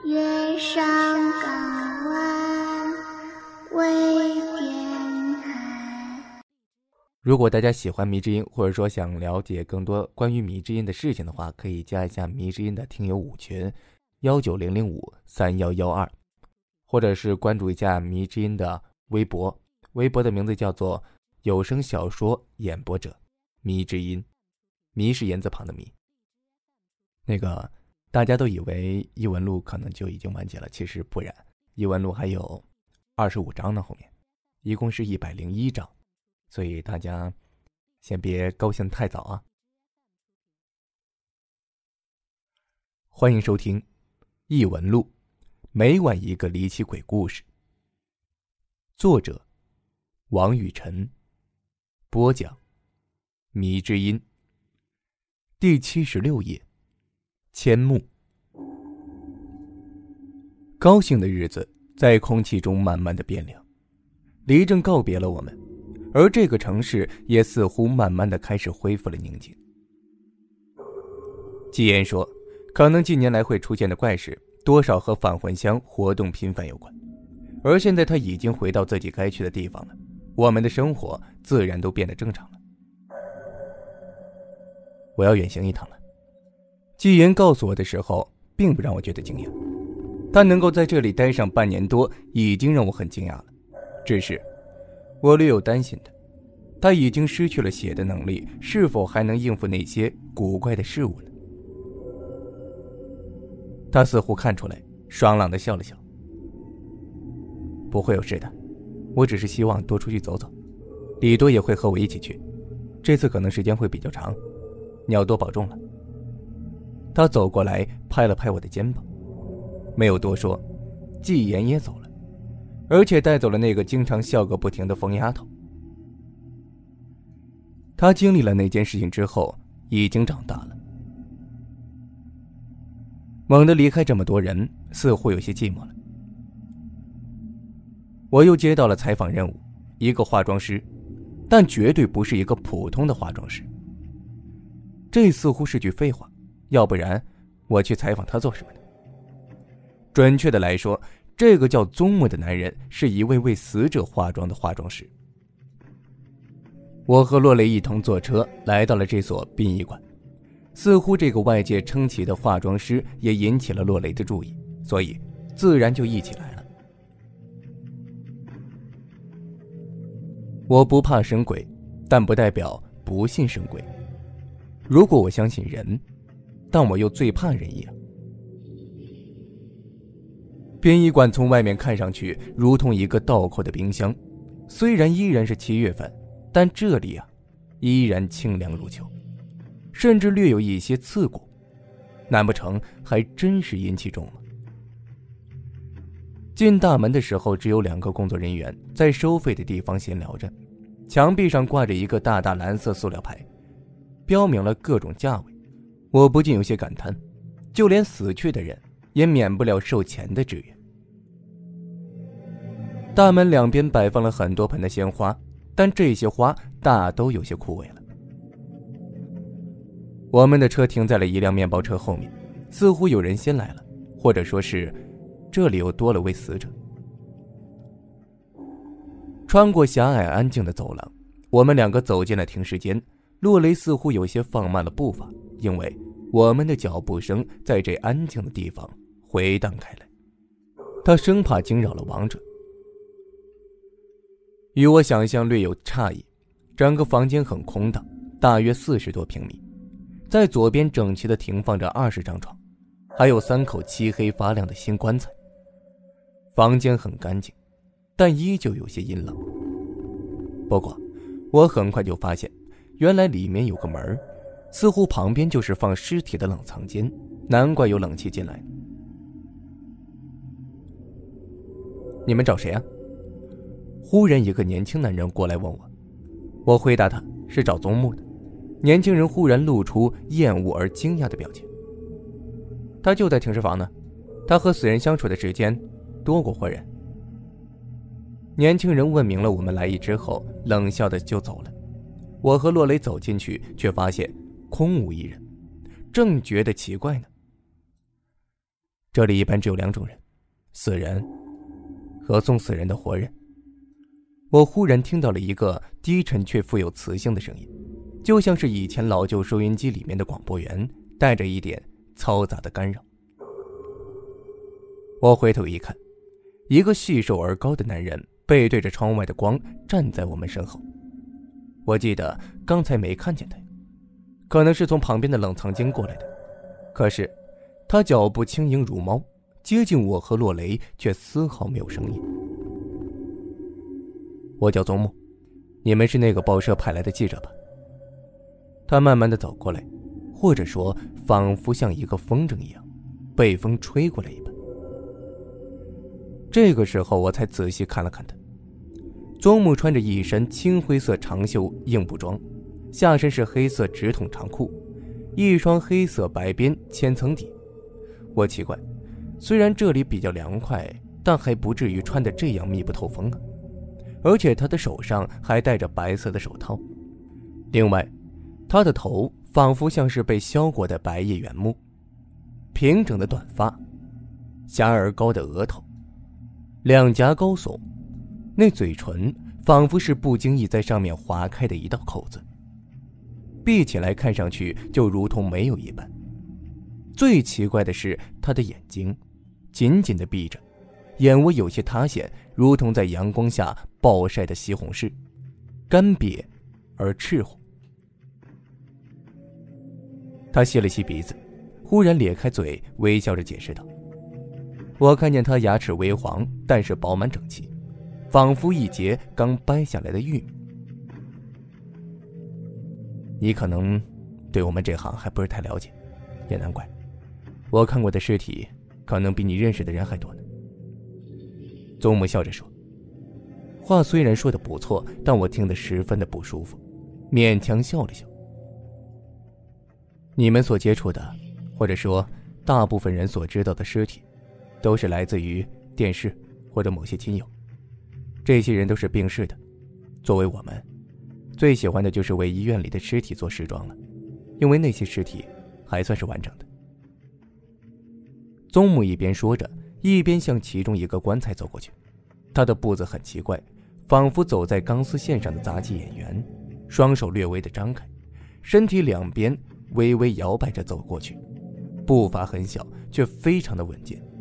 月上港湾微电台。 如果大家喜欢迷之音，或者说想了解更多关于迷之音的事情的话，可以加一下迷之音的听友5群190053112，或者是关注一下迷之音的微博，微博的名字叫做有声小说演播者迷之音，迷是言字旁的迷。大家都以为异闻录可能就已经完结了，其实不然，异闻录还有25章呢，后面一共是101章，所以大家先别高兴太早啊。欢迎收听异闻录，每晚一个离奇鬼故事。作者王雨晨，播讲迷之音。第76页，千木。高兴的日子在空气中慢慢的变凉，黎正告别了我们，而这个城市也似乎慢慢的开始恢复了宁静。纪言说，可能近年来会出现的怪事多少和返魂香活动频繁有关，而现在他已经回到自己该去的地方了，我们的生活自然都变得正常了。我要远行一趟了。纪言告诉我的时候并不让我觉得惊讶，他能够在这里待上半年多已经让我很惊讶了，只是我略有担心的，他已经失去了血的能力，是否还能应付那些古怪的事物呢？他似乎看出来，爽朗地笑了笑。不会有事的，我只是希望多出去走走，李多也会和我一起去，这次可能时间会比较长，你要多保重了。他走过来拍了拍我的肩膀，没有多说，纪言也走了，而且带走了那个经常笑个不停的疯丫头。他经历了那件事情之后已经长大了，猛地离开这么多人，似乎有些寂寞了。我又接到了采访任务，一个化妆师，但绝对不是一个普通的化妆师。这似乎是句废话，要不然我去采访他做什么呢？准确的来说，这个叫宗木的男人是一位为死者化妆的化妆师。我和洛雷一同坐车来到了这所殡仪馆，似乎这个外界称奇的化妆师也引起了洛雷的注意，所以自然就一起来了。我不怕神鬼，但不代表不信神鬼。如果我相信人，但我又最怕人一样。殡仪馆从外面看上去如同一个倒扣的冰箱，虽然依然是7月份，但这里啊，依然清凉如秋，甚至略有一些刺骨，难不成还真是阴气重吗？进大门的时候，只有2个工作人员在收费的地方闲聊着，墙壁上挂着一个大大蓝色塑料牌，标明了各种价位。我不禁有些感叹，就连死去的人也免不了受钱的制约。大门两边摆放了很多盆的鲜花，但这些花大都有些枯萎了。我们的车停在了一辆面包车后面，似乎有人先来了，或者说是这里又多了位死者。穿过狭隘安静的走廊，我们2个走进了停尸间。洛雷似乎有些放慢了步伐，因为我们的脚步声在这安静的地方回荡开来，他生怕惊扰了亡者。与我想象略有差异，整个房间很空荡，大约40多平米，在左边整齐地停放着20张床，还有3口漆黑发亮的新棺材。房间很干净，但依旧有些阴冷。不过我很快就发现，原来里面有个门，似乎旁边就是放尸体的冷藏间，难怪有冷气进来。你们找谁啊？忽然一个年轻男人过来问我，我回答他是找宗木的。年轻人忽然露出厌恶而惊讶的表情。他就在停尸房呢，他和死人相处的时间多过活人。年轻人问明了我们来意之后，冷笑的就走了。我和洛雷走进去，却发现空无一人，正觉得奇怪呢。 这里一般只有2种人，死人和送死人的活人。我忽然听到了一个低沉却富有磁性的声音，就像是以前老旧收音机里面的广播员，带着一点嘈杂的干扰。我回头一看，一个细瘦而高的男人背对着窗外的光站在我们身后。我记得刚才没看见他，可能是从旁边的冷藏间过来的，可是他脚步轻盈如猫，接近我和洛雷却丝毫没有声音。我叫宗木，你们是那个报社派来的记者吧？他慢慢地走过来，或者说仿佛像一个风筝一样被风吹过来一般。这个时候我才仔细看了看他，宗木穿着一身青灰色长袖硬布装，下身是黑色直筒长裤，一双黑色白边千层底。我奇怪，虽然这里比较凉快，但还不至于穿得这样密不透风啊。而且他的手上还戴着白色的手套，另外他的头仿佛像是被削过的白叶原木，平整的短发，狭而高的额头，两颊高耸，那嘴唇仿佛是不经意在上面划开的一道口子，闭起来看上去就如同没有一般。最奇怪的是他的眼睛紧紧地闭着，眼窝有些塌陷，如同在阳光下暴晒的西红柿，干瘪而赤红。他吸了吸鼻子，忽然咧开嘴，微笑着解释道：我看见他牙齿微黄，但是饱满整齐，仿佛一截刚掰下来的玉米。你可能对我们这行还不是太了解，也难怪，我看过的尸体可能比你认识的人还多呢。宗木笑着说，话虽然说得不错，但我听得十分的不舒服，勉强笑了笑。你们所接触的，或者说大部分人所知道的尸体，都是来自于电视或者某些亲友，这些人都是病逝的。作为我们，最喜欢的就是为医院里的尸体做时装了，因为那些尸体还算是完整的。宗木一边说着，一边向其中一个棺材走过去，他的步子很奇怪，仿佛走在钢丝线上的杂技演员，双手略微的张开，身体两边微微摇摆着走过去，步伐很小，却非常的稳健。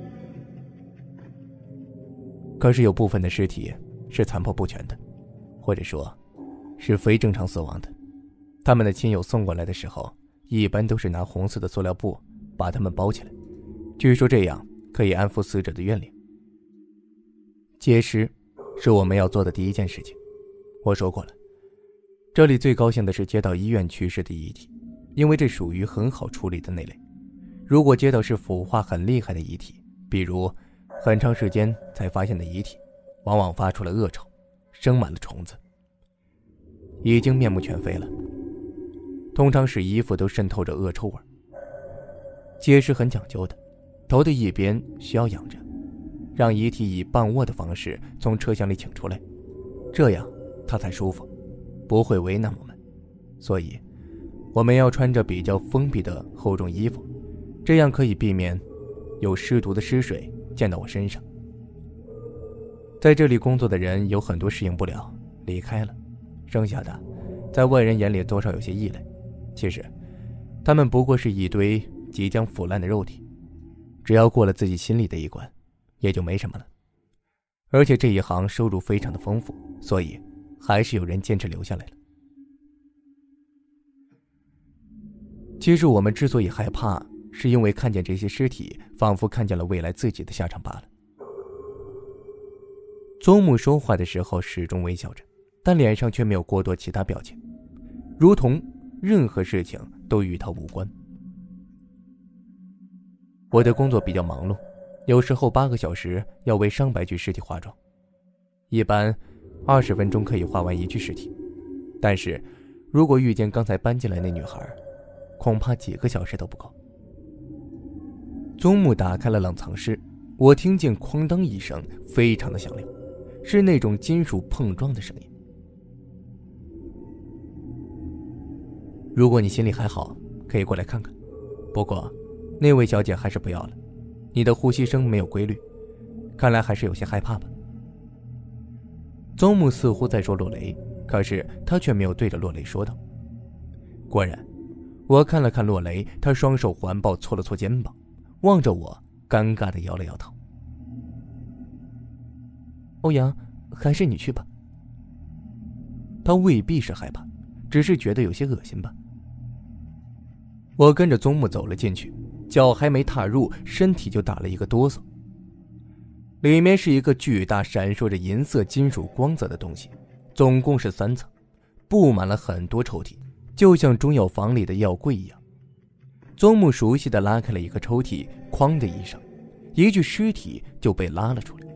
可是有部分的尸体是残破不全的，或者说是非正常死亡的，他们的亲友送过来的时候，一般都是拿红色的塑料布把他们包起来，据说这样可以安抚死者的怨灵。接尸是我们要做的第一件事情。我说过了，这里最高兴的是接到医院去世的遗体，因为这属于很好处理的那类。如果接到是腐化很厉害的遗体，比如很长时间才发现的遗体，往往发出了恶臭，生满了虫子，已经面目全非了，通常使衣服都渗透着恶臭味。接尸很讲究的，头的一边需要仰着，让遗体以半卧的方式从车厢里请出来，这样他才舒服，不会为难我们。所以我们要穿着比较封闭的厚重衣服，这样可以避免有尸毒的尸水溅到我身上。在这里工作的人有很多适应不了，离开了，剩下的在外人眼里多少有些异类，其实他们不过是一堆即将腐烂的肉体，只要过了自己心里的一关，也就没什么了。而且这一行收入非常的丰富，所以还是有人坚持留下来了。其实我们之所以害怕，是因为看见这些尸体，仿佛看见了未来自己的下场罢了。宗木说话的时候始终微笑着，但脸上却没有过多其他表情，如同任何事情都与他无关。我的工作比较忙碌，有时候8个小时要为上百具尸体化妆，一般20分钟可以化完1具尸体，但是如果遇见刚才搬进来那女孩，恐怕几个小时都不够。宗木打开了冷藏室，我听见哐当一声，非常的响亮，是那种金属碰撞的声音。如果你心里还好，可以过来看看，不过那位小姐还是不要了， 你的呼吸声没有规律，看来还是有些害怕吧。宗木似乎在说洛雷，可是他却没有对着洛雷说道。果然，我看了看洛雷，他双手环抱，搓了搓肩膀，望着我，尴尬地摇了摇头。欧阳，还是你去吧。他未必是害怕，只是觉得有些恶心吧。我跟着宗木走了进去，脚还没踏入，身体就打了一个哆嗦。里面是一个巨大闪烁着银色金属光泽的东西，总共是3层，布满了很多抽屉，就像中药房里的药柜一样。宗木熟悉地拉开了一个抽屉，哐的一声，一具尸体就被拉了出来。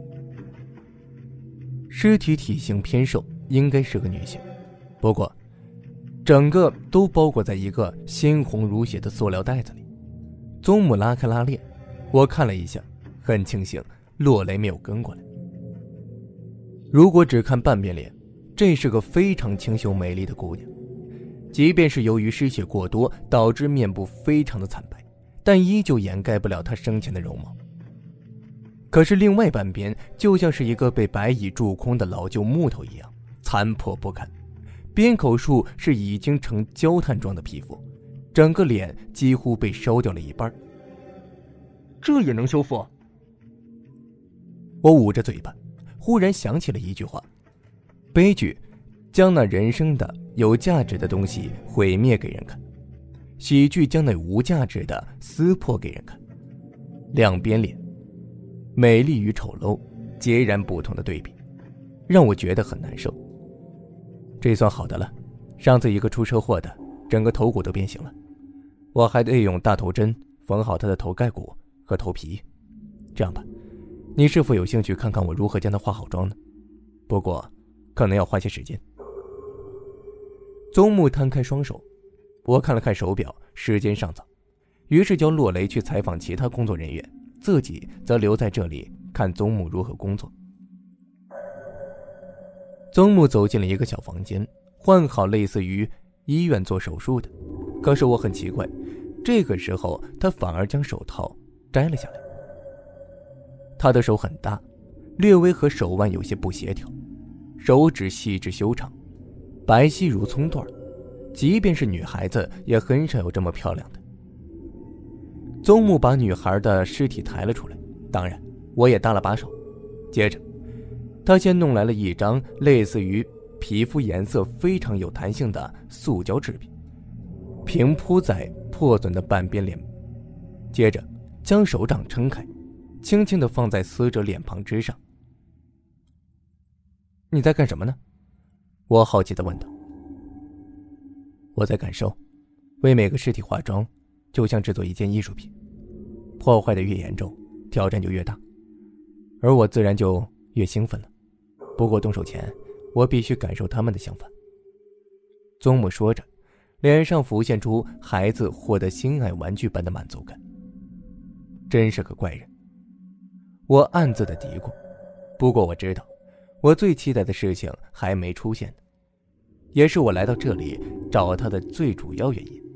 尸体体型偏瘦，应该是个女性，不过整个都包裹在一个鲜红如血的塑料袋子里。宗木拉开拉链，我看了一下，很庆幸洛雷没有跟过来。如果只看半边脸，这是个非常清秀美丽的姑娘，即便是由于失血过多导致面部非常的惨白，但依旧掩盖不了她生前的容貌。可是另外半边就像是一个被白蚁蛀空的老旧木头一样，残破不堪，边口处是已经成焦炭状的皮肤，整个脸几乎被烧掉了一半。 这也能修复？ 我捂着嘴巴，忽然想起了一句话：悲剧将那人生的有价值的东西毁灭给人看，喜剧将那无价值的撕破给人看。两边脸，美丽与丑陋截然不同的对比，让我觉得很难受。这算好的了，上次一个出车祸的整个头骨都变形了，我还得用大头针缝好他的头盖骨和头皮。这样吧，你是否有兴趣看看我如何将它化好妆呢？不过可能要花些时间。宗木摊开双手，我看了看手表，时间尚早，于是叫洛雷去采访其他工作人员，自己则留在这里看宗木如何工作。宗木走进了一个小房间，换好类似于医院做手术的，可是我很奇怪，这个时候他反而将手套摘了下来。他的手很大，略微和手腕有些不协调，手指细致修长，白皙如葱段，即便是女孩子也很少有这么漂亮的。宗木把女孩的尸体抬了出来，当然我也搭了把手。接着他先弄来了一张类似于皮肤颜色非常有弹性的塑胶制品，平铺在破损的半边脸，接着将手掌撑开，轻轻地放在死者脸庞之上。你在干什么呢？我好奇地问道。我在感受，为每个尸体化妆就像制作一件艺术品，破坏的越严重，挑战就越大，而我自然就越兴奋了。不过动手前我必须感受他们的想法。宗木说着，脸上浮现出孩子获得心爱玩具般的满足感。真是个怪人，我暗自的嘀咕。不过我知道，我最期待的事情还没出现呢，也是我来到这里找他的最主要原因。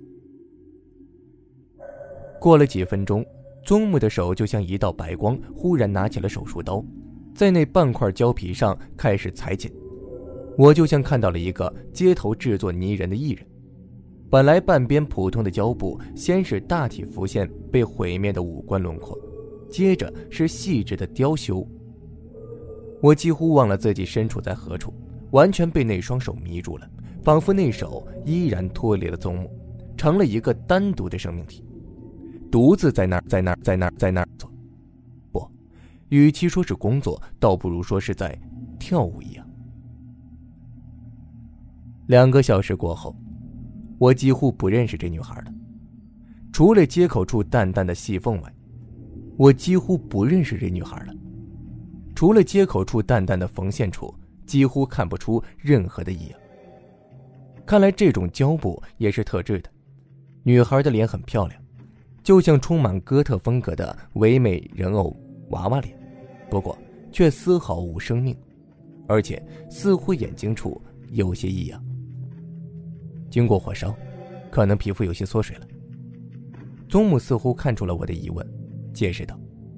过了几分钟，宗木的手就像一道白光，忽然拿起了手术刀，在那半块胶皮上开始裁剪。我就像看到了一个街头制作泥人的艺人。本来半边普通的胶布，先是大体浮现被毁灭的五官轮廓，接着是细致的雕修。我几乎忘了自己身处在何处，完全被那双手迷住了，仿佛那手依然脱离了宗木，成了一个单独的生命体，独自在那儿做。不，与其说是工作，倒不如说是在跳舞一样。2个小时过后，我几乎不认识这女孩了，除了接口处淡淡的细缝外，我几乎不认识这女孩了。除了接口处淡淡的缝线处，几乎看不出任何的异样。看来这种胶布也是特制的。女孩的脸很漂亮，就像充满哥特风格的唯美人偶娃娃脸，不过却丝毫无生命，而且似乎眼睛处有些异样。经过火烧，可能皮肤有些缩水了。宗木似乎看出了我的疑问， 解释道：“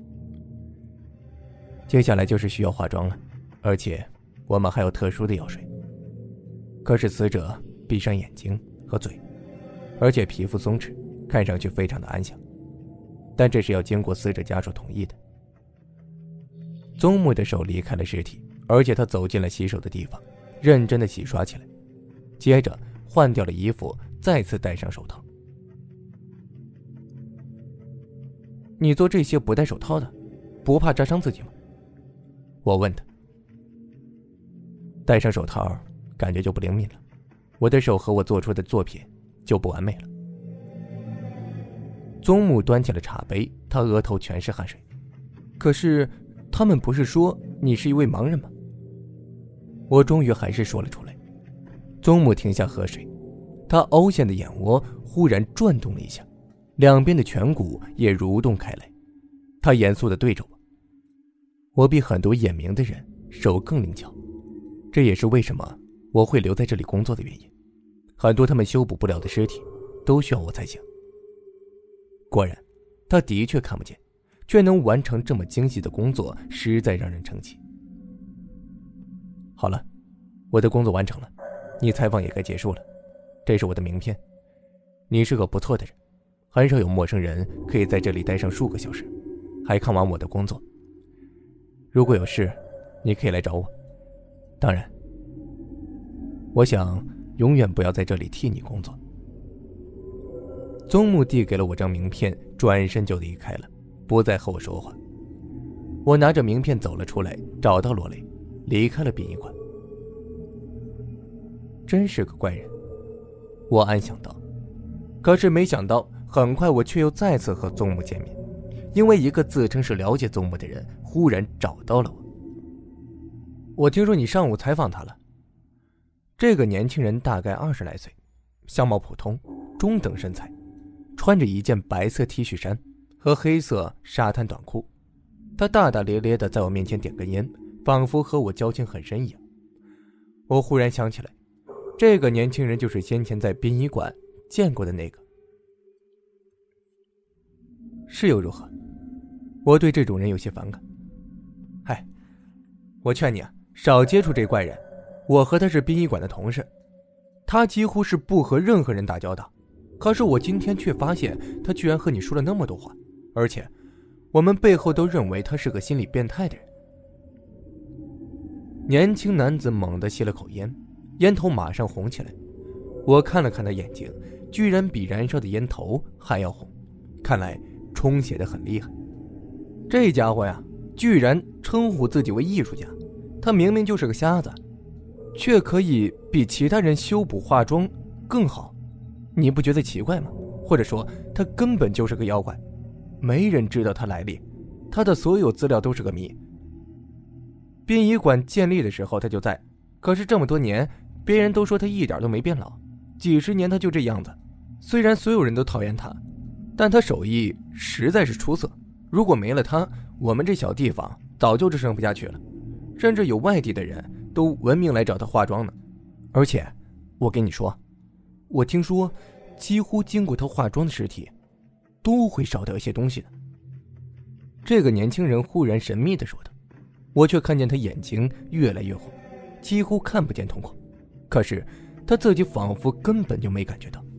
接下来就是需要化妆了，而且我们还有特殊的药水。可是死者闭上眼睛和嘴，而且皮肤松弛，看上去非常的安详，但这是要经过死者家属同意的。”宗木的手离开了尸体，而且他走进了洗手的地方，认真的洗刷起来，接着换掉了衣服，再次戴上手套。“你做这些不戴手套的，不怕扎伤自己吗？”我问他。戴上手套感觉就不灵敏了，我的手和我做出的作品就不完美了。宗木端起了茶杯，他额头全是汗水。“可是他们不是说你是一位盲人吗？”我终于还是说了出来。宗木停下喝水，他凹陷的眼窝忽然转动了一下，两边的颧骨也蠕动开来。他严肃地对着我。我比很多眼明的人手更灵巧，这也是为什么我会留在这里工作的原因。很多他们修补不了的尸体都需要我才行。果然，他的确看不见，却能完成这么精细的工作，实在让人称奇。“好了，我的工作完成了，你采访也该结束了。这是我的名片，你是个不错的人，很少有陌生人可以在这里待上数个小时，还看完我的工作。如果有事，你可以来找我。当然，我想永远不要在这里替你工作。”宗木递给了我张名片，转身就离开了，不再和我说话。我拿着名片走了出来，找到罗雷，离开了殡仪馆。真是个怪人，我暗想到。可是没想到，很快我却又再次和宗木见面，因为一个自称是了解宗木的人忽然找到了我。“我听说你上午采访他了。”这个年轻人大概20来岁，相貌普通，中等身材，穿着一件白色 T 恤衫和黑色沙滩短裤。他大大咧咧地在我面前点根烟，仿佛和我交情很深一样。我忽然想起来，这个年轻人就是先前在殡仪馆见过的那个。是又如何？我对这种人有些反感。嗨，我劝你啊，少接触这怪人。我和他是殡仪馆的同事，他几乎是不和任何人打交道。可是我今天却发现他居然和你说了那么多话，而且我们背后都认为他是个心理变态的人。年轻男子猛地吸了口烟，烟头马上红起来。我看了看他眼睛，居然比燃烧的烟头还要红，看来充血得很厉害。这家伙呀，居然称呼自己为艺术家，他明明就是个瞎子，却可以比其他人修补化妆更好，你不觉得奇怪吗？或者说他根本就是个妖怪，没人知道他来历，他的所有资料都是个谜。殡仪馆建立的时候他就在，可是这么多年别人都说他一点都没变老，几十年他就这样子。虽然所有人都讨厌他，但他手艺实在是出色，如果没了他，我们这小地方早就支撑不下去了，甚至有外地的人都闻名来找他化妆呢。而且我跟你说，我听说几乎经过他化妆的尸体都会少掉一些东西的。这个年轻人忽然神秘地说道，我却看见他眼睛越来越红，几乎看不见瞳孔，可是他自己仿佛根本就没感觉到。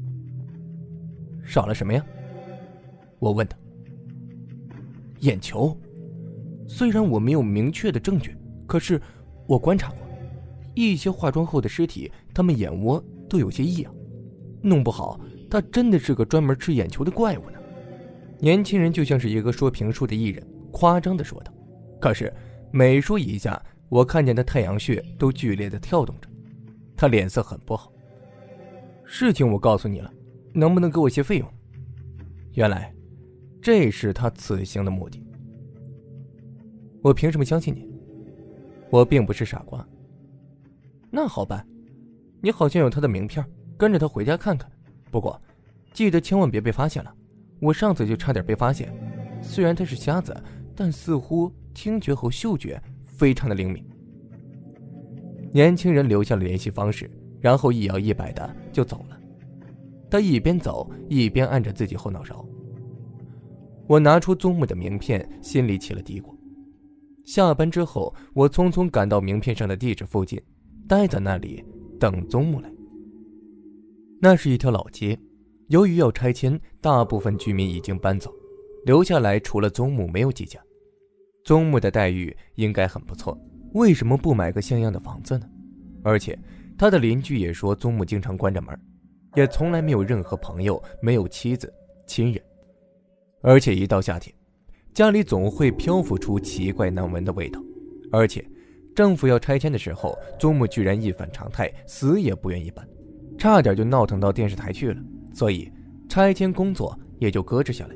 少了什么呀？我问他。眼球。虽然我没有明确的证据，可是我观察过一些化妆后的尸体，他们眼窝都有些异样，弄不好他真的是个专门吃眼球的怪物呢。年轻人就像是一个说评书的艺人，夸张地说道。可是每说一下，我看见他太阳穴都剧烈地跳动着，他脸色很不好。事情我告诉你了，能不能给我些费用？原来这是他此行的目的。我凭什么相信你？我并不是傻瓜。那好办，你好像有他的名片，跟着他回家看看。不过记得千万别被发现了，我上次就差点被发现。虽然他是瞎子，但似乎听觉和嗅觉非常的灵敏。年轻人留下了联系方式，然后一摇一摆的就走了。他一边走一边按着自己后脑勺。 我拿出宗木的名片，心里起了嘀咕。下班之后，我匆匆赶到名片上的地址附近，待在那里等宗木来。那是一条老街，由于要拆迁，大部分居民已经搬走，留下来除了宗木没有几家。宗木的待遇应该很不错，为什么不买个像样的房子呢？而且他的邻居也说宗木经常关着门，也从来没有任何朋友，没有妻子亲人，而且一到夏天，家里总会漂浮出奇怪难闻的味道。而且政府要拆迁的时候，宗木居然一反常态，死也不愿意搬，差点就闹腾到电视台去了，所以拆迁工作也就搁置下来。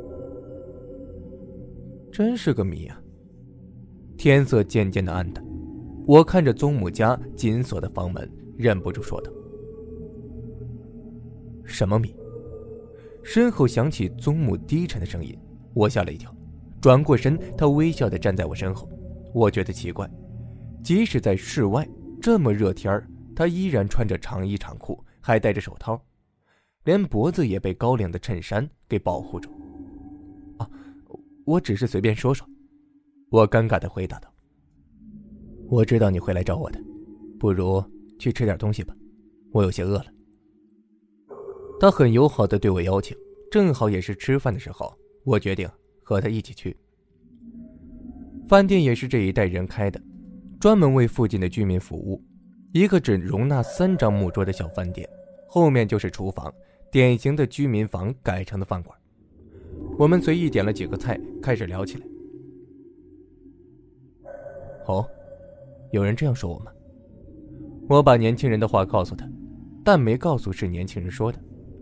真是个谜啊。天色渐渐的暗淡，我看着宗母家紧锁的房门，忍不住说道：什么谜？身后响起宗母低沉的声音，我吓了一跳，转过身，他微笑地站在我身后。我觉得奇怪，即使在室外这么热天，他依然穿着长衣长裤，还戴着手套，连脖子也被高领的衬衫给保护住。我只是随便说说。我尴尬地回答道：我知道你会来找我的，不如去吃点东西吧，我有些饿了。他很友好地对我邀请，正好也是吃饭的时候，我决定和他一起去。饭店也是这一代人开的，专门为附近的居民服务，一个只容纳3张木桌的小饭店，后面就是厨房，典型的居民房改成的饭馆。我们随意点了几个菜，开始聊起来。哦，有人这样说我吗？我把年轻人的话告诉他，但没告诉是年轻人说的。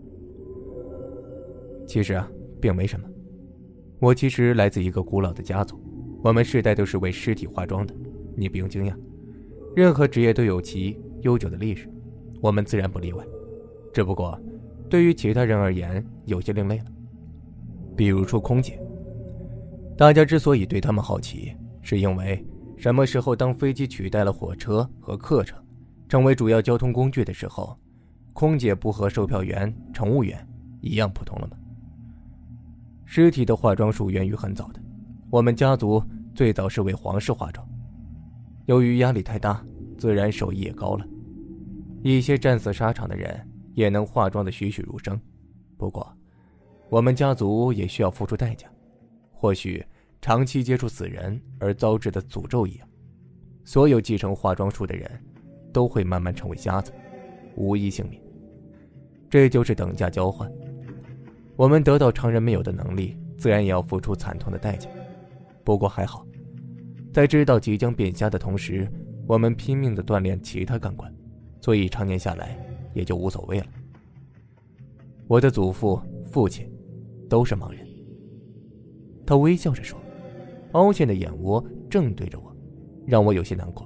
其实并没什么。我其实来自一个古老的家族，我们世代都是为尸体化妆的，你不用惊讶。任何职业都有其悠久的历史，我们自然不例外。只不过，对于其他人而言，有些另类了。比如说空姐，大家之所以对他们好奇，是因为什么时候当飞机取代了火车和客车，成为主要交通工具的时候，空姐不和售票员、乘务员一样普通了吗？尸体的化妆术源于很早的，我们家族最早是为皇室化妆，由于压力太大，自然手艺也高了。一些战死沙场的人也能化妆得栩栩如生。不过我们家族也需要付出代价，或许长期接触死人而遭致的诅咒一样，所有继承化妆术的人都会慢慢成为瞎子，无一幸免。这就是等价交换，我们得到常人没有的能力，自然也要付出惨痛的代价。不过还好，在知道即将变瞎的同时，我们拼命地锻炼其他感官，所以常年下来也就无所谓了。我的祖父、父亲都是盲人。他微笑着说，凹陷的眼窝正对着我，让我有些难过。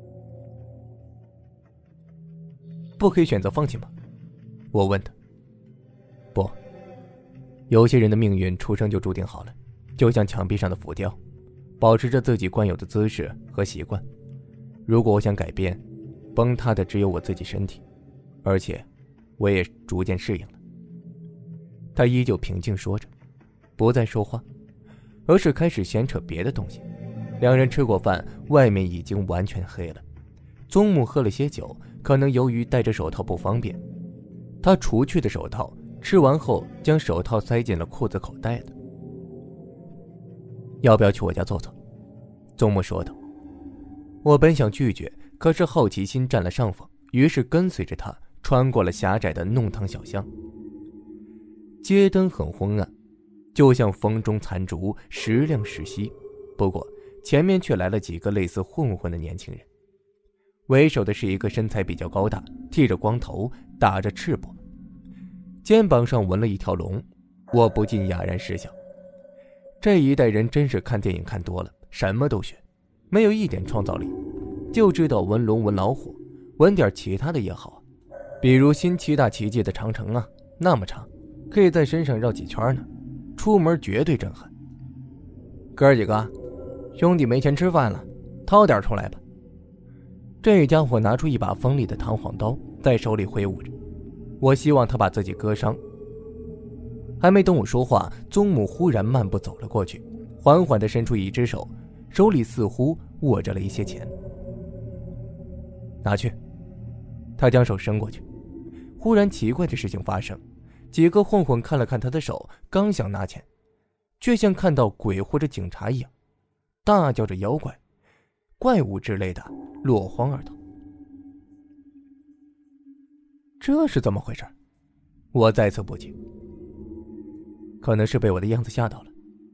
不可以选择放弃吗？我问他。不，有些人的命运出生就注定好了，就像墙壁上的浮雕，保持着自己惯有的姿势和习惯。如果我想改变，崩塌的只有我自己身体，而且我也逐渐适应了。他依旧平静说着，不再说话，而是开始闲扯别的东西。两人吃过饭，外面已经完全黑了。宗母喝了些酒，可能由于戴着手套不方便，他除去的手套，吃完后将手套塞进了裤子口袋里。要不要去我家坐坐？宗母说道。我本想拒绝，可是好奇心占了上风，于是跟随着他穿过了狭窄的弄堂小巷。街灯很昏暗，就像风中残烛，时亮时稀。不过前面却来了几个类似混混的年轻人，为首的是一个身材比较高大，剃着光头，打着赤膊，肩膀上纹了一条龙。我不禁哑然失笑，这一代人真是看电影看多了，什么都学，没有一点创造力，就知道纹龙纹老虎，纹点其他的也好，比如新7大奇迹的长城啊，那么长，可以在身上绕几圈呢，出门绝对震撼。哥几个，兄弟没钱吃饭了，掏点出来吧。这家伙拿出一把锋利的弹簧刀，在手里挥舞着。我希望他把自己割伤， 还没等我说话，宗母忽然慢步走了过去，缓缓地伸出一只手，手里似乎握着了一些钱。拿去。他将手伸过去，忽然奇怪的事情发生，几个混混看了看他的手，刚想拿钱，却像看到鬼或者警察一样，大叫着妖怪、怪物之类的，落荒而逃。这是怎么回事？我再次不解，可能是被我的样子吓到了。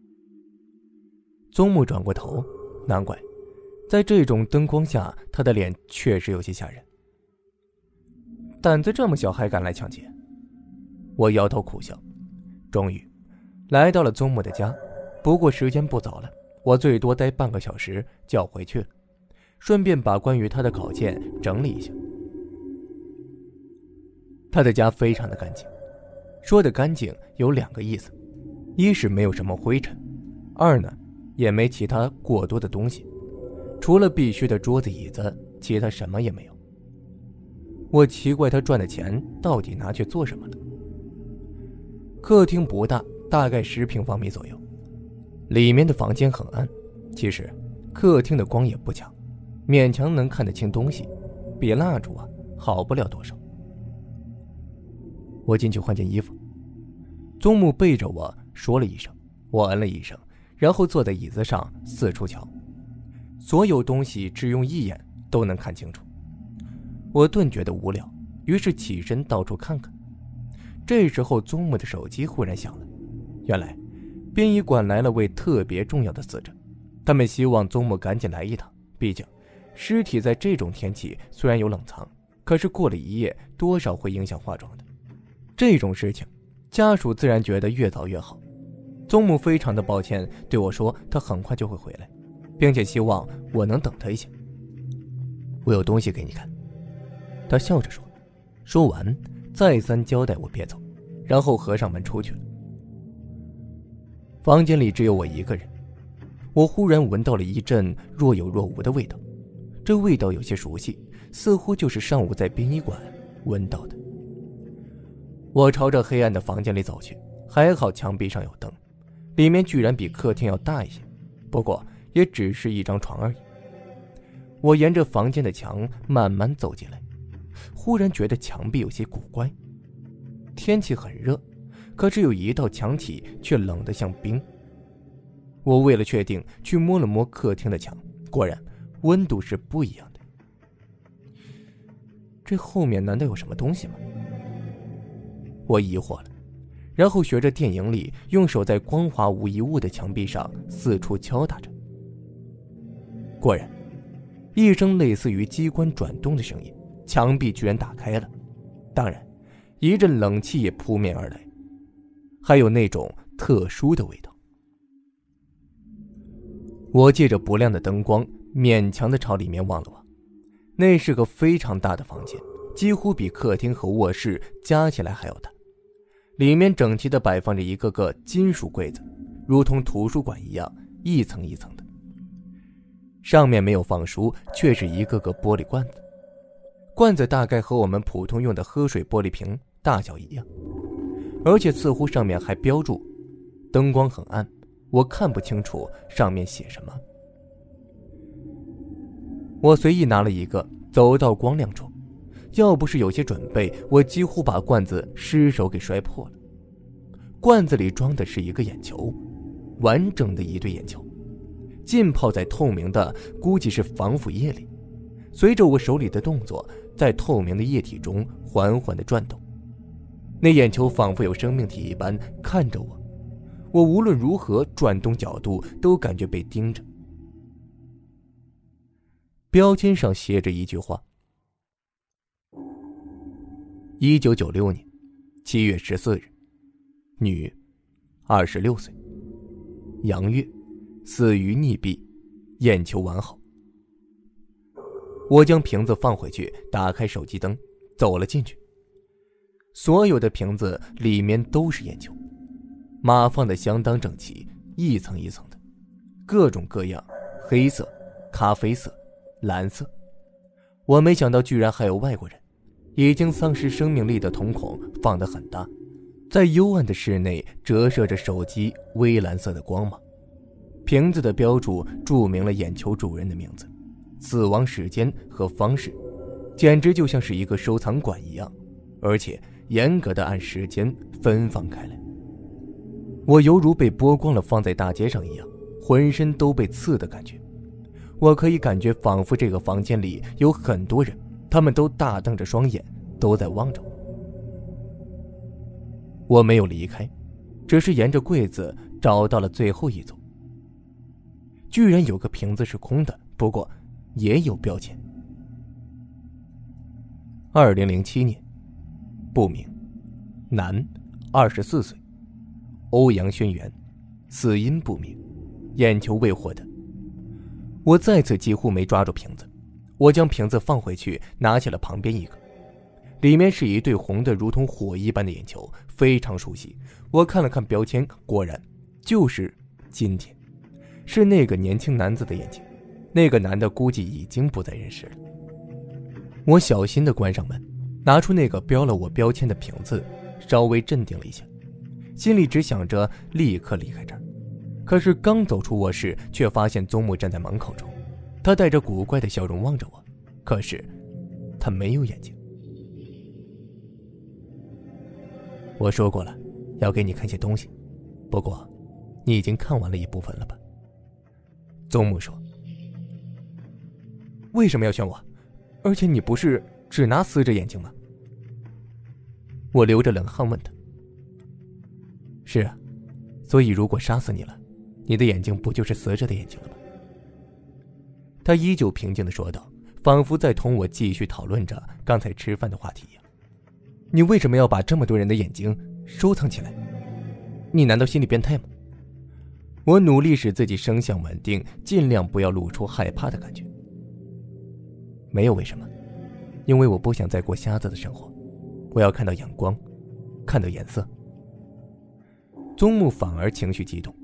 宗母转过头，难怪，在这种灯光下，他的脸确实有些吓人。胆子这么小还敢来抢劫？我摇头苦笑。终于来到了宗母的家，不过时间不早了，我最多待半个小时就要回去了，顺便把关于他的稿件整理一下。他的家非常的干净，说的干净有2个意思，一是没有什么灰尘，二呢也没其他过多的东西，除了必须的桌子椅子，其他什么也没有。我奇怪他赚的钱到底拿去做什么了。客厅不大，大概10平方米左右，里面的房间很暗，其实客厅的光也不强，勉强能看得清东西，比蜡烛好不了多少。我进去换件衣服，宗母背着我说了一声，我嗯了一声，然后坐在椅子上四处瞧，所有东西只用一眼都能看清楚。我顿觉得无聊，于是起身到处看看。这时候宗母的手机忽然响了，原来殡仪馆来了位特别重要的死者，他们希望宗母赶紧来一趟，毕竟尸体在这种天气虽然有冷藏，可是过了一夜多少会影响化妆的。这种事情家属自然觉得越早越好。宗母非常的抱歉对我说她很快就会回来，并且希望我能等她一下。我有东西给你看，她笑着说，说完再三交代我别走，然后合上门出去了。房间里只有我一个人，我忽然闻到了一阵若有若无的味道，这味道有些熟悉，似乎就是上午在殡仪馆闻到的。我朝着黑暗的房间里走去，还好墙壁上有灯，里面居然比客厅要大一些，不过也只是一张床而已。我沿着房间的墙慢慢走进来，忽然觉得墙壁有些古怪。天气很热，可是有一道墙体却冷得像冰。我为了确定去摸了摸客厅的墙，果然温度是不一样的。这后面难道有什么东西吗？我疑惑了，然后学着电影里用手在光滑无一物的墙壁上四处敲打着。果然，一声类似于机关转动的声音，墙壁居然打开了，当然一阵冷气也扑面而来，还有那种特殊的味道。我借着不亮的灯光勉强地朝里面望了望，那是个非常大的房间，几乎比客厅和卧室加起来还要大，里面整齐地摆放着一个个金属柜子，如同图书馆一样，一层一层的，上面没有放书，却是一个个玻璃罐子，罐子大概和我们普通用的喝水玻璃瓶大小一样，而且似乎上面还标注，灯光很暗，我看不清楚上面写什么。我随意拿了一个，走到光亮处，要不是有些准备，我几乎把罐子失手给摔破了。罐子里装的是一个眼球，完整的一对眼球，浸泡在透明的估计是防腐液里，随着我手里的动作，在透明的液体中缓缓地转动。那眼球仿佛有生命体一般看着我，我无论如何转动角度都感觉被盯着。标签上写着一句话：1996年7月14日，女，26岁，阳月，死于溺毙，眼球完好。我将瓶子放回去，打开手机灯，走了进去。所有的瓶子里面都是眼球，码放得相当整齐，一层一层的，各种各样，黑色、咖啡色、蓝色。我没想到居然还有外国人，已经丧失生命力的瞳孔放得很大， 在幽暗的室内折射着手机微蓝色的光芒。瓶子的标注注明了眼球主人的名字、死亡时间和方式，简直就像是一个收藏馆一样，而且严格的按时间分放开来。我犹如被剥光了放在大街上一样，浑身都被刺的感觉。我可以感觉仿佛这个房间里有很多人，他们都大瞪着双眼，都在望着我。我没有离开，只是沿着柜子找到了最后一组。居然有个瓶子是空的，不过也有标签。2007年，不明，男，24岁，欧阳轩辕，死因不明，眼球未获得。我再次几乎没抓住瓶子，我将瓶子放回去，拿起了旁边一个，里面是一对红的如同火一般的眼球，非常熟悉。我看了看标签，果然就是今天，是那个年轻男子的眼睛。那个男的估计已经不在人世了。我小心地关上门，拿出那个标了我标签的瓶子，稍微镇定了一下，心里只想着立刻离开这儿。可是刚走出卧室，却发现宗木站在门口中，他带着古怪的笑容望着我，可是他没有眼睛。我说过了，要给你看些东西，不过你已经看完了一部分了吧？宗木说。为什么要选我？而且你不是只拿死者眼睛吗？我流着冷汗问他。是啊，所以如果杀死你了，你的眼睛不就是死者的眼睛了吗？他依旧平静地说道，仿佛在同我继续讨论着刚才吃饭的话题一样。你为什么要把这么多人的眼睛收藏起来？你难道心理变态吗？我努力使自己声线稳定，尽量不要露出害怕的感觉。没有为什么，因为我不想再过瞎子的生活，我要看到阳光，看到颜色。宗木反而情绪激动。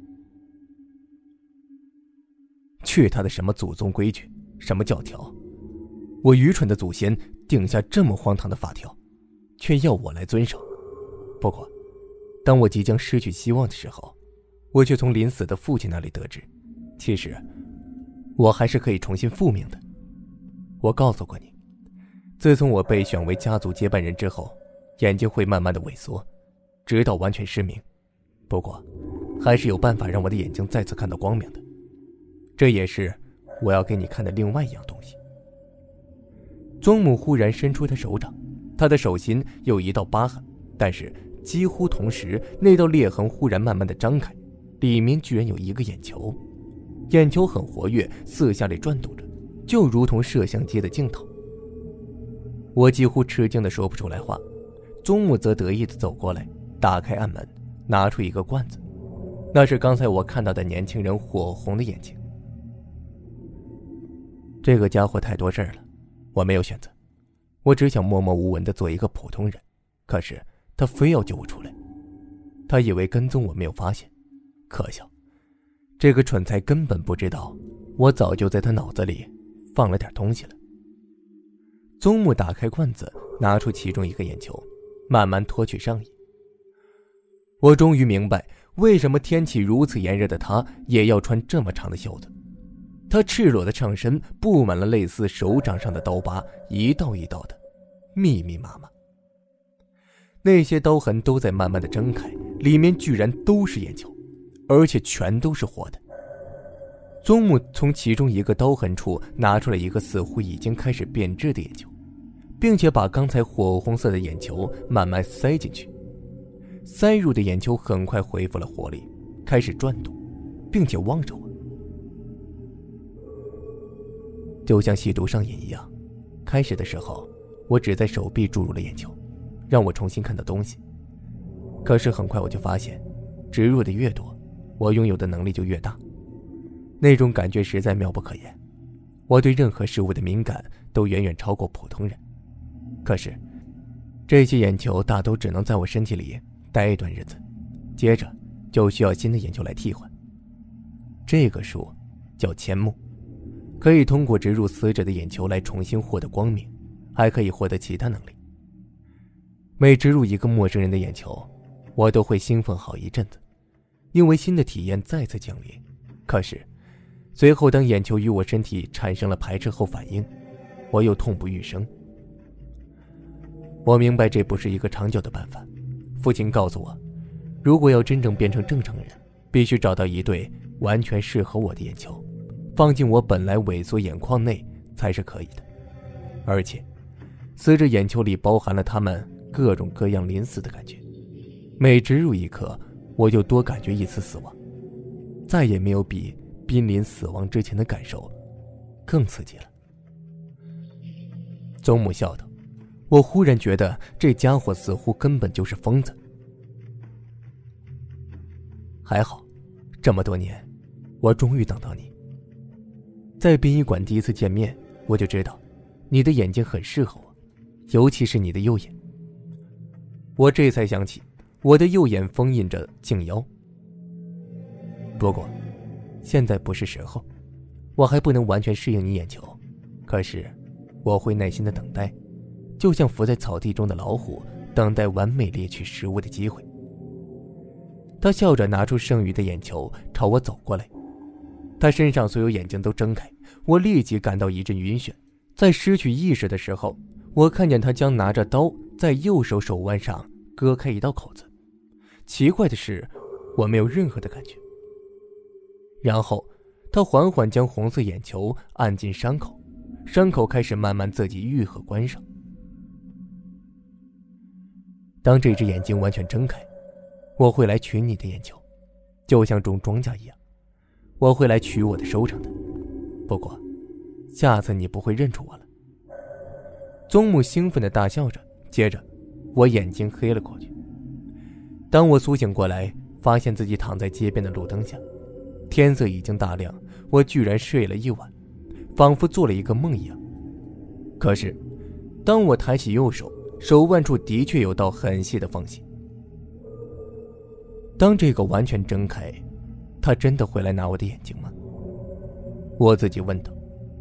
去他的什么祖宗规矩，什么教条，我愚蠢的祖先定下这么荒唐的法条，却要我来遵守。不过当我即将失去希望的时候，我却从临死的父亲那里得知，其实我还是可以重新复命的。我告诉过你，自从我被选为家族接班人之后，眼睛会慢慢的萎缩，直到完全失明。不过还是有办法让我的眼睛再次看到光明的，这也是我要给你看的另外一样东西。宗母忽然伸出他手掌，他的手心有一道疤痕，但是几乎同时那道裂痕忽然慢慢的张开，里面居然有一个眼球。眼球很活跃，四下里转动着，就如同摄像机的镜头。我几乎吃惊的说不出来话，宗木则得意的走过来，打开暗门，拿出一个罐子，那是刚才我看到的年轻人火红的眼睛。这个家伙太多事儿了，我没有选择，我只想默默无闻的做一个普通人，可是他非要救我出来。他以为跟踪我没有发现，可笑，这个蠢材根本不知道我早就在他脑子里放了点东西了。宗木打开罐子，拿出其中一个眼球，慢慢脱去上衣。我终于明白为什么天气如此炎热的他也要穿这么长的袖子。他赤裸的上身布满了类似手掌上的刀疤，一道一道的，密密麻麻。那些刀痕都在慢慢的睁开，里面居然都是眼球，而且全都是活的。宗木从其中一个刀痕处拿出了一个似乎已经开始变质的眼球，并且把刚才火红色的眼球慢慢塞进去。塞入的眼球很快恢复了活力，开始转动，并且望着我，就像吸毒上瘾一样。开始的时候我只在手臂注入了眼球，让我重新看到东西。可是很快我就发现，植入的越多，我拥有的能力就越大。那种感觉实在妙不可言，我对任何事物的敏感都远远超过普通人。可是这些眼球大都只能在我身体里待一段日子，接着就需要新的眼球来替换。这个术叫千目，可以通过植入死者的眼球来重新获得光明，还可以获得其他能力。每植入一个陌生人的眼球， 我都会兴奋好一阵子，因为新的体验再次降临。可是随后当眼球与我身体产生了排斥后反应，我又痛不欲生。我明白这不是一个长久的办法。父亲告诉我，如果要真正变成正常人，必须找到一对完全适合我的眼球，放进我本来萎缩眼眶内才是可以的。而且死者眼球里包含了他们各种各样临死的感觉，每植入一颗，我就多感觉一次死亡。再也没有比濒临死亡之前的感受更刺激了。宗母笑道，我忽然觉得这家伙似乎根本就是疯子。还好，这么多年，我终于等到你。在殡仪馆第一次见面，我就知道你的眼睛很适合我，尤其是你的右眼。我这才想起，我的右眼封印着镜妖。不过现在不是时候，我还不能完全适应你眼球，可是我会耐心的等待，就像伏在草地中的老虎，等待完美猎取食物的机会。他笑着拿出剩余的眼球朝我走过来，他身上所有眼睛都睁开，我立即感到一阵晕眩。在失去意识的时候，我看见他将拿着刀在右手手腕上割开一道口子。奇怪的是，我没有任何的感觉。然后他缓缓将红色眼球按进伤口，伤口开始慢慢自己愈合关上。当这只眼睛完全睁开，我会来取你的眼球，就像种庄稼一样，我会来取我的收成的。不过下次你不会认出我了。宗母兴奋地大笑着，接着我眼睛黑了过去。当我苏醒过来，发现自己躺在街边的路灯下，天色已经大亮，我居然睡了一晚，仿佛做了一个梦一样。可是当我抬起右手，手腕处的确有道很细的缝隙。当这个完全睁开，他真的会来拿我的眼睛吗？我自己问道。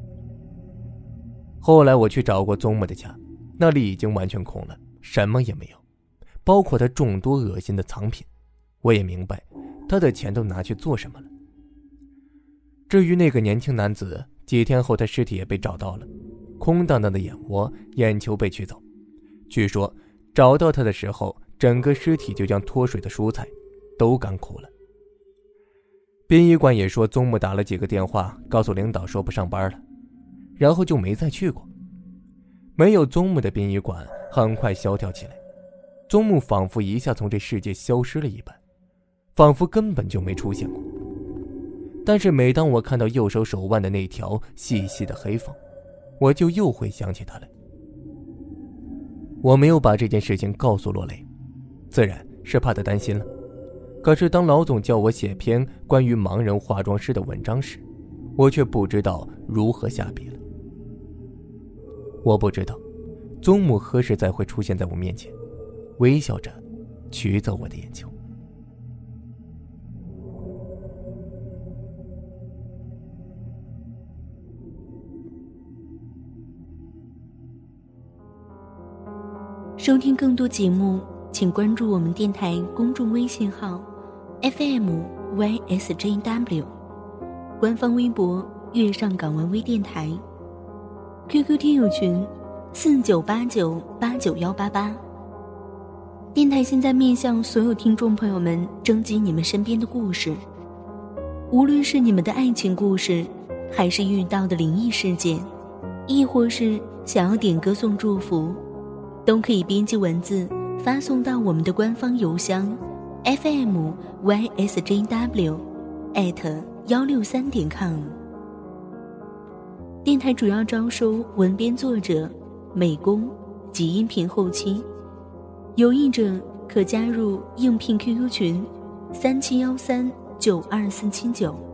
后来我去找过宗母的家，那里已经完全空了，什么也没有，包括他众多恶心的藏品。我也明白他的钱都拿去做什么了。至于那个年轻男子，几天后他尸体也被找到了，空荡荡的眼窝，眼球被取走。据说找到他的时候，整个尸体就像脱水的蔬菜，都干枯了。殡仪馆也说宗母打了几个电话，告诉领导说不上班了，然后就没再去过。没有宗母的殡仪馆很快萧条起来，宗母仿佛一下从这世界消失了一般，仿佛根本就没出现过。但是每当我看到右手手腕的那条细细的黑缝，我就又会想起他来。我没有把这件事情告诉罗雷，自然是怕他担心了。可是当老总叫我写篇关于盲人化妆师的文章时，我却不知道如何下笔了。我不知道宗母何时再会出现在我面前，微笑着取走我的眼球。 收听更多节目，请关注我们电台公众微信号 FMYSJW， 官方微博月上港湾微电台， QQ 听友群4989898188。电台现在面向所有听众朋友们征集你们身边的故事，无论是你们的爱情故事，还是遇到的灵异事件，亦或是想要点歌送祝福，都可以编辑文字发送到我们的官方邮箱 FMYSJW@163.com。 电台主要招收文编作者、美工及音频后期，有意者可加入应聘 QQ 群3713924779。